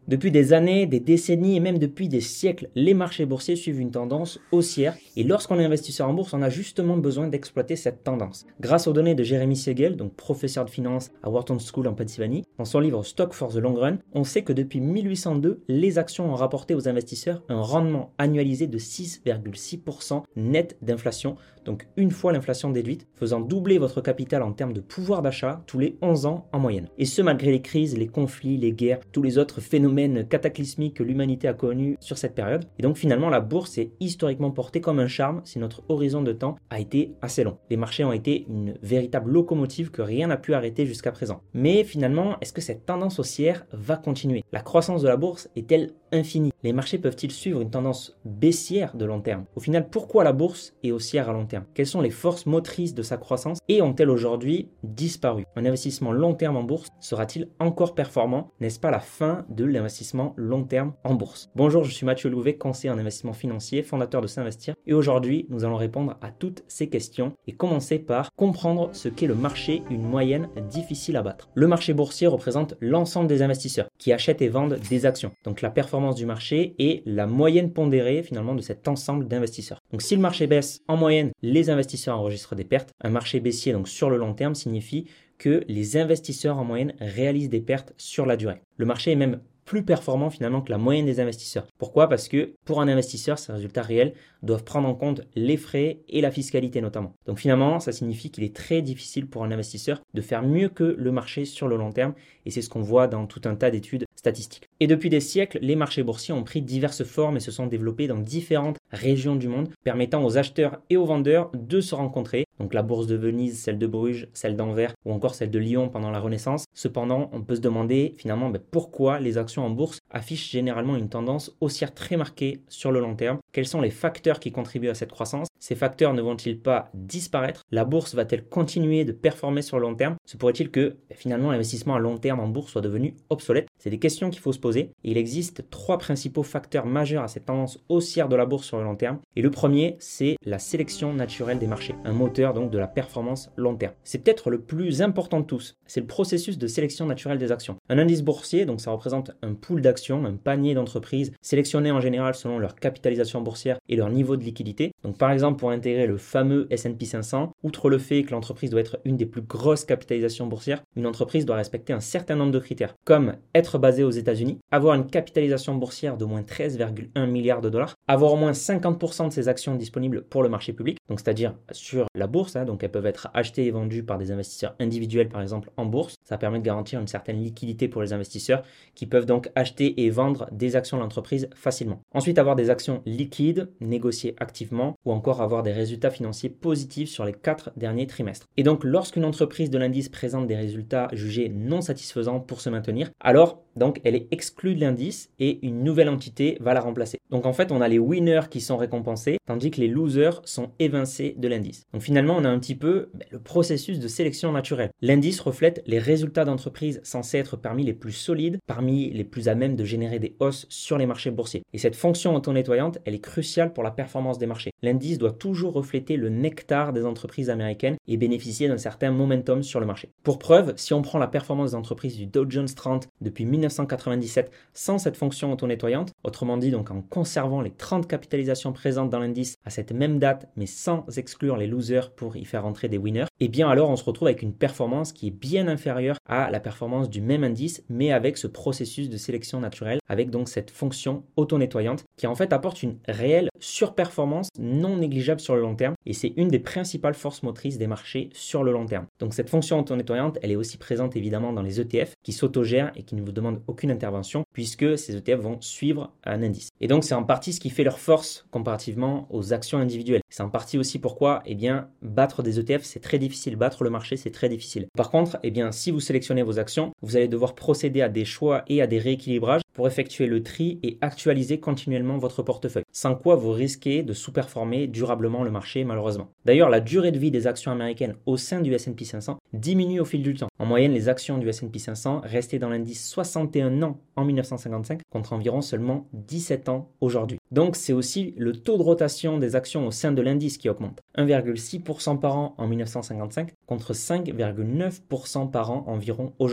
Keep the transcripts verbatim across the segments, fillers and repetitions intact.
Depuis des années, des décennies et même depuis des siècles, les marchés boursiers suivent une tendance haussière et lorsqu'on est investisseur en bourse, on a justement besoin d'exploiter cette tendance. Grâce aux données de Jeremy Siegel, donc professeur de finance à Wharton School en Pennsylvanie, dans son livre Stock for the Long Run, on sait que depuis mille huit cent deux, les actions ont rapporté aux investisseurs un rendement annualisé de six virgule six pour cent net d'inflation, donc une fois l'inflation déduite, faisant doubler votre capital en termes de pouvoir d'achat tous les onze ans en moyenne. Et ce malgré les crises, les conflits, les guerres, tous les autres phénomènes cataclysmiques que l'humanité a connus sur cette période. Et donc finalement, la bourse est historiquement portée comme un charme si notre horizon de temps a été assez long. Les marchés ont été une véritable locomotive que rien n'a pu arrêter jusqu'à présent. Mais finalement, est-ce que cette tendance haussière va continuer? La croissance de la bourse est-elle infinie? Les marchés peuvent-ils suivre une tendance baissière de long terme? Au final, pourquoi la bourse est haussière à long terme? Quelles sont les forces motrices de sa croissance et ont-elles aujourd'hui disparu? Un investissement long terme en bourse sera-t-il encore performant? N'est-ce pas la fin de l'investissement long terme en bourse? Bonjour, je suis Mathieu Louvet, conseiller en investissement financier, fondateur de S'Investir, et aujourd'hui, nous allons répondre à toutes ces questions et commencer par comprendre ce qu'est le marché, une moyenne difficile à battre. Le marché boursier représente l'ensemble des investisseurs qui achètent et vendent des actions. Donc la performance du marché est la moyenne pondérée finalement de cet ensemble d'investisseurs. Donc si le marché baisse, en moyenne, les investisseurs enregistrent des pertes. Un marché baissier, donc sur le long terme, signifie que les investisseurs en moyenne réalisent des pertes sur la durée. Le marché est même plus performant finalement que la moyenne des investisseurs. Pourquoi? Parce que pour un investisseur, ses résultats réels doivent prendre en compte les frais et la fiscalité notamment. Donc finalement, ça signifie qu'il est très difficile pour un investisseur de faire mieux que le marché sur le long terme et c'est ce qu'on voit dans tout un tas d'études statistiques. Et depuis des siècles, les marchés boursiers ont pris diverses formes et se sont développés dans différentes régions du monde, permettant aux acheteurs et aux vendeurs de se rencontrer. Donc la bourse de Venise, celle de Bruges, celle d'Anvers ou encore celle de Lyon pendant la Renaissance. Cependant, on peut se demander finalement ben, pourquoi les actions en bourse affichent généralement une tendance haussière très marquée sur le long terme. Quels sont les facteurs qui contribuent à cette croissance? Ces facteurs ne vont-ils pas disparaître? La bourse va-t-elle continuer de performer sur le long terme? Se pourrait-il que ben, finalement l'investissement à long terme en bourse soit devenu obsolète? C'est des questions qu'il faut se poser. Et il existe trois principaux facteurs majeurs à cette tendance haussière de la bourse sur le long terme. Et le premier, c'est la sélection naturelle des marchés, un moteur donc de la performance long terme. C'est peut-être le plus important de tous. C'est le processus de sélection naturelle des actions. Un indice boursier, donc ça représente un pool d'actions, un panier d'entreprises sélectionnées en général selon leur capitalisation boursière et leur niveau de liquidité. Donc par exemple, pour intégrer le fameux S and P cinq cents, outre le fait que l'entreprise doit être une des plus grosses capitalisations boursières, une entreprise doit respecter un certain nombre de critères, comme être basée aux États-Unis, avoir une capitalisation boursière d'au moins treize virgule un milliards de dollars, avoir au moins cinquante pour cent de ses actions disponibles pour le marché public, donc c'est-à-dire sur la bourse, hein, donc elles peuvent être achetées et vendues par des investisseurs individuels par exemple en bourse. Ça permet de garantir une certaine liquidité pour les investisseurs qui peuvent donc acheter et vendre des actions de l'entreprise facilement. Ensuite, avoir des actions liquides, négociées activement ou encore avoir des résultats financiers positifs sur les quatre derniers trimestres. Et donc lorsqu'une entreprise de l'indice présente des résultats jugés non satisfaisants pour se maintenir, alors donc elle est exclue de l'indice et une nouvelle entité va la remplacer. Donc en fait, on a les winners qui sont récompensés tandis que les losers sont évincés de l'indice. Donc finalement, on a un petit peu ben, le processus de sélection naturelle. L'indice reflète les résultats d'entreprises censés être parmi les plus solides, parmi les plus à même de générer des hausses sur les marchés boursiers. Et cette fonction auto-nettoyante, elle est cruciale pour la performance des marchés. L'indice doit toujours refléter le nectar des entreprises américaines et bénéficier d'un certain momentum sur le marché. Pour preuve, si on prend la performance des entreprises du Dow Jones trente depuis mille neuf cent quatre-vingt-dix-sept sans cette fonction auto-nettoyante, autrement dit donc en conservant les trente capitalisations présentes dans l'indice à cette même date mais sans exclure les losers pour y faire entrer des winners, et bien alors on se retrouve avec une performance qui est bien inférieure à la performance du même indice mais avec ce processus de sélection naturelle, avec donc cette fonction auto-nettoyante qui en fait apporte une réelle surperformance non négligeable sur le long terme et c'est une des principales forces motrices des marchés sur le long terme. Donc cette fonction auto-nettoyante, elle est aussi présente évidemment dans les E T F qui s'autogèrent et qui ne vous demandent aucune intervention puisque ces E T F vont suivre un indice. Et donc c'est en partie ce qui fait leur force comparativement aux actions individuelles. C'est en partie aussi pourquoi eh bien, battre des E T F c'est très difficile, battre le marché c'est très difficile. Par contre, eh bien, si vous sélectionnez vos actions, vous allez devoir procéder à des choix et à des rééquilibrages pour effectuer le tri et actualiser continuellement votre portefeuille, sans quoi vous risquez de sous-performer durablement le marché malheureusement. D'ailleurs, la durée de vie des actions américaines au sein du S and P cinq cents diminue au fil du temps. En moyenne, les actions du S and P cinq cents restaient dans l'indice soixante et un ans en mille neuf cent cinquante-cinq contre environ seulement dix-sept ans aujourd'hui. Donc c'est aussi le taux de rotation des actions au sein de l'indice qui augmente. un virgule six pour cent par an en mille neuf cent cinquante-cinq contre cinq virgule neuf pour cent par an environ aujourd'hui.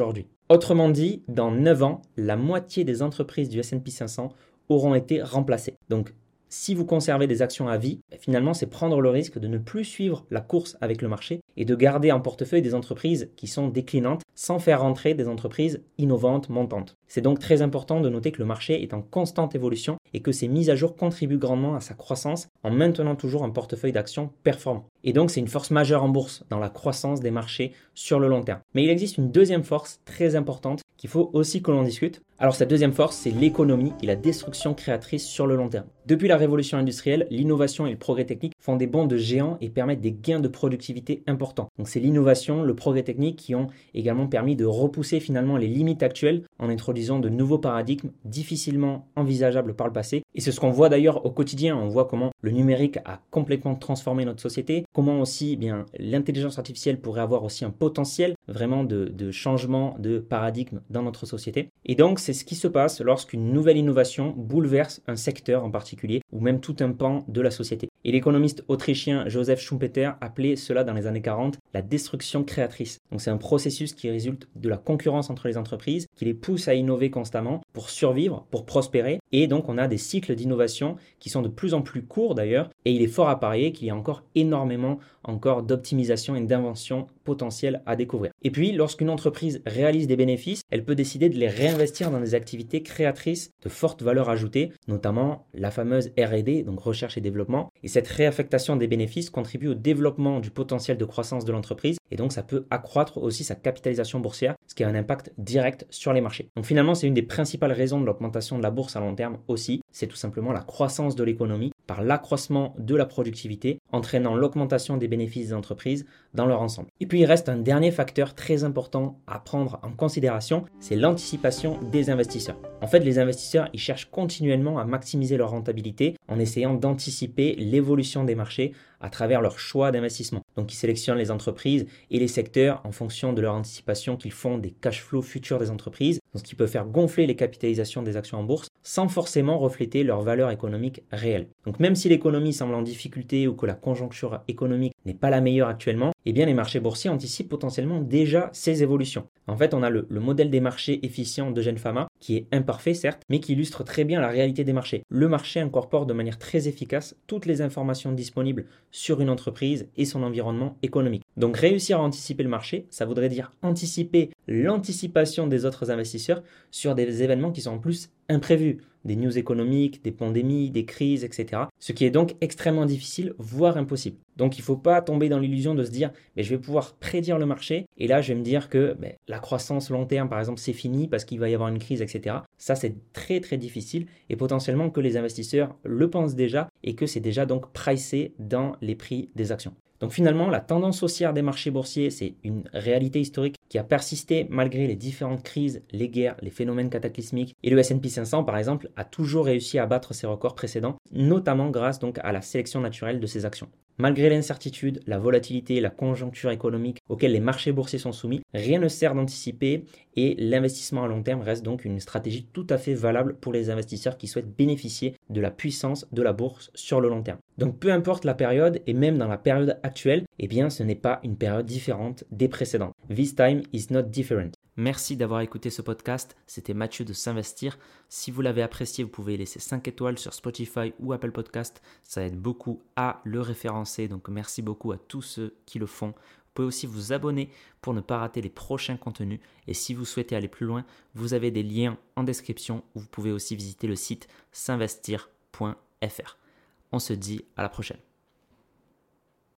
Autrement dit, dans neuf ans, la moitié des entreprises du S and P cinq cents auront été remplacées. Donc, si vous conservez des actions à vie, finalement, c'est prendre le risque de ne plus suivre la course avec le marché et de garder en portefeuille des entreprises qui sont déclinantes sans faire rentrer des entreprises innovantes, montantes. C'est donc très important de noter que le marché est en constante évolution et que ces mises à jour contribuent grandement à sa croissance en maintenant toujours un portefeuille d'actions performant. Et donc, c'est une force majeure en bourse dans la croissance des marchés sur le long terme. Mais il existe une deuxième force très importante qu'il faut aussi que l'on discute. Alors, cette deuxième force, c'est l'économie et la destruction créatrice sur le long terme. Depuis la révolution industrielle, l'innovation et le progrès technique font des bonds de géants et permettent des gains de productivité importants. Donc, c'est l'innovation, le progrès technique qui ont également permis de repousser finalement les limites actuelles en introduisant de nouveaux paradigmes difficilement envisageables par le passé. Et c'est ce qu'on voit d'ailleurs au quotidien. On voit comment le numérique a complètement transformé notre société, comment aussi eh bien, l'intelligence artificielle pourrait avoir aussi un potentiel vraiment de, de changement de paradigme dans notre société. Et donc, c'est ce qui se passe lorsqu'une nouvelle innovation bouleverse un secteur en particulier ou même tout un pan de la société. Et l'économiste autrichien Joseph Schumpeter appelait cela dans les années quarante la destruction créatrice. Donc c'est un processus qui résulte de la concurrence entre les entreprises, qui les pousse à innover constamment pour survivre, pour prospérer. Et donc on a des cycles d'innovation qui sont de plus en plus courts d'ailleurs. Et il est fort à parier qu'il y a encore énormément encore d'optimisation et d'invention potentielles à découvrir. Et puis lorsqu'une entreprise réalise des bénéfices, elle peut décider de les réinvestir dans des activités créatrices de forte valeur ajoutée, notamment la fameuse R et D, donc recherche et développement. Et cette réaffectation des bénéfices contribue au développement du potentiel de croissance de l'entreprise et donc ça peut accroître aussi sa capitalisation boursière, ce qui a un impact direct sur les marchés. Donc finalement, c'est une des principales raisons de l'augmentation de la bourse à long terme aussi, c'est tout simplement la croissance de l'économie par l'accroissement de la productivité, entraînant l'augmentation des bénéfices des entreprises dans leur ensemble. Et puis il reste un dernier facteur très important à prendre en considération, c'est l'anticipation des investisseurs. En fait, les investisseurs, ils cherchent continuellement à maximiser leur rentabilité en essayant d'anticiper l'évolution des marchés à travers leur choix d'investissement. Donc ils sélectionnent les entreprises et les secteurs en fonction de leur anticipation qu'ils font des cash flows futurs des entreprises, ce qui peut faire gonfler les capitalisations des actions en bourse sans forcément refléter leur valeur économique réelle. Donc même si l'économie semble en difficulté ou que la conjoncture économique n'est pas la meilleure actuellement, eh bien les marchés boursiers anticipent potentiellement déjà ces évolutions. En fait, on a le, le modèle des marchés efficients d'Eugène Fama, qui est imparfait certes, mais qui illustre très bien la réalité des marchés. Le marché incorpore de manière très efficace toutes les informations disponibles sur une entreprise et son environnement économique. Donc réussir à anticiper le marché, ça voudrait dire anticiper l'anticipation des autres investisseurs sur des événements qui sont en plus imprévus, des news économiques, des pandémies, des crises, et cetera. Ce qui est donc extrêmement difficile, voire impossible. Donc il ne faut pas tomber dans l'illusion de se dire mais je vais pouvoir prédire le marché et là je vais me dire que mais, la croissance long terme par exemple c'est fini parce qu'il va y avoir une crise, et cetera. Ça c'est très très difficile et potentiellement que les investisseurs le pensent déjà et que c'est déjà donc pricé dans les prix des actions. Donc finalement, la tendance haussière des marchés boursiers, c'est une réalité historique qui a persisté malgré les différentes crises, les guerres, les phénomènes cataclysmiques. Et le S and P cinq cents, par exemple, a toujours réussi à battre ses records précédents, notamment grâce donc à la sélection naturelle de ses actions. Malgré l'incertitude, la volatilité et la conjoncture économique auxquelles les marchés boursiers sont soumis, rien ne sert d'anticiper et l'investissement à long terme reste donc une stratégie tout à fait valable pour les investisseurs qui souhaitent bénéficier de la puissance de la bourse sur le long terme. Donc peu importe la période et même dans la période actuelle, eh bien ce n'est pas une période différente des précédentes. This time is not different. Merci d'avoir écouté ce podcast, c'était Mathieu de S'Investir. Si vous l'avez apprécié, vous pouvez laisser cinq étoiles sur Spotify ou Apple Podcast, ça aide beaucoup à le référencer, donc merci beaucoup à tous ceux qui le font. Vous pouvez aussi vous abonner pour ne pas rater les prochains contenus et si vous souhaitez aller plus loin, vous avez des liens en description où vous pouvez aussi visiter le site s'investir point f r. On se dit à la prochaine.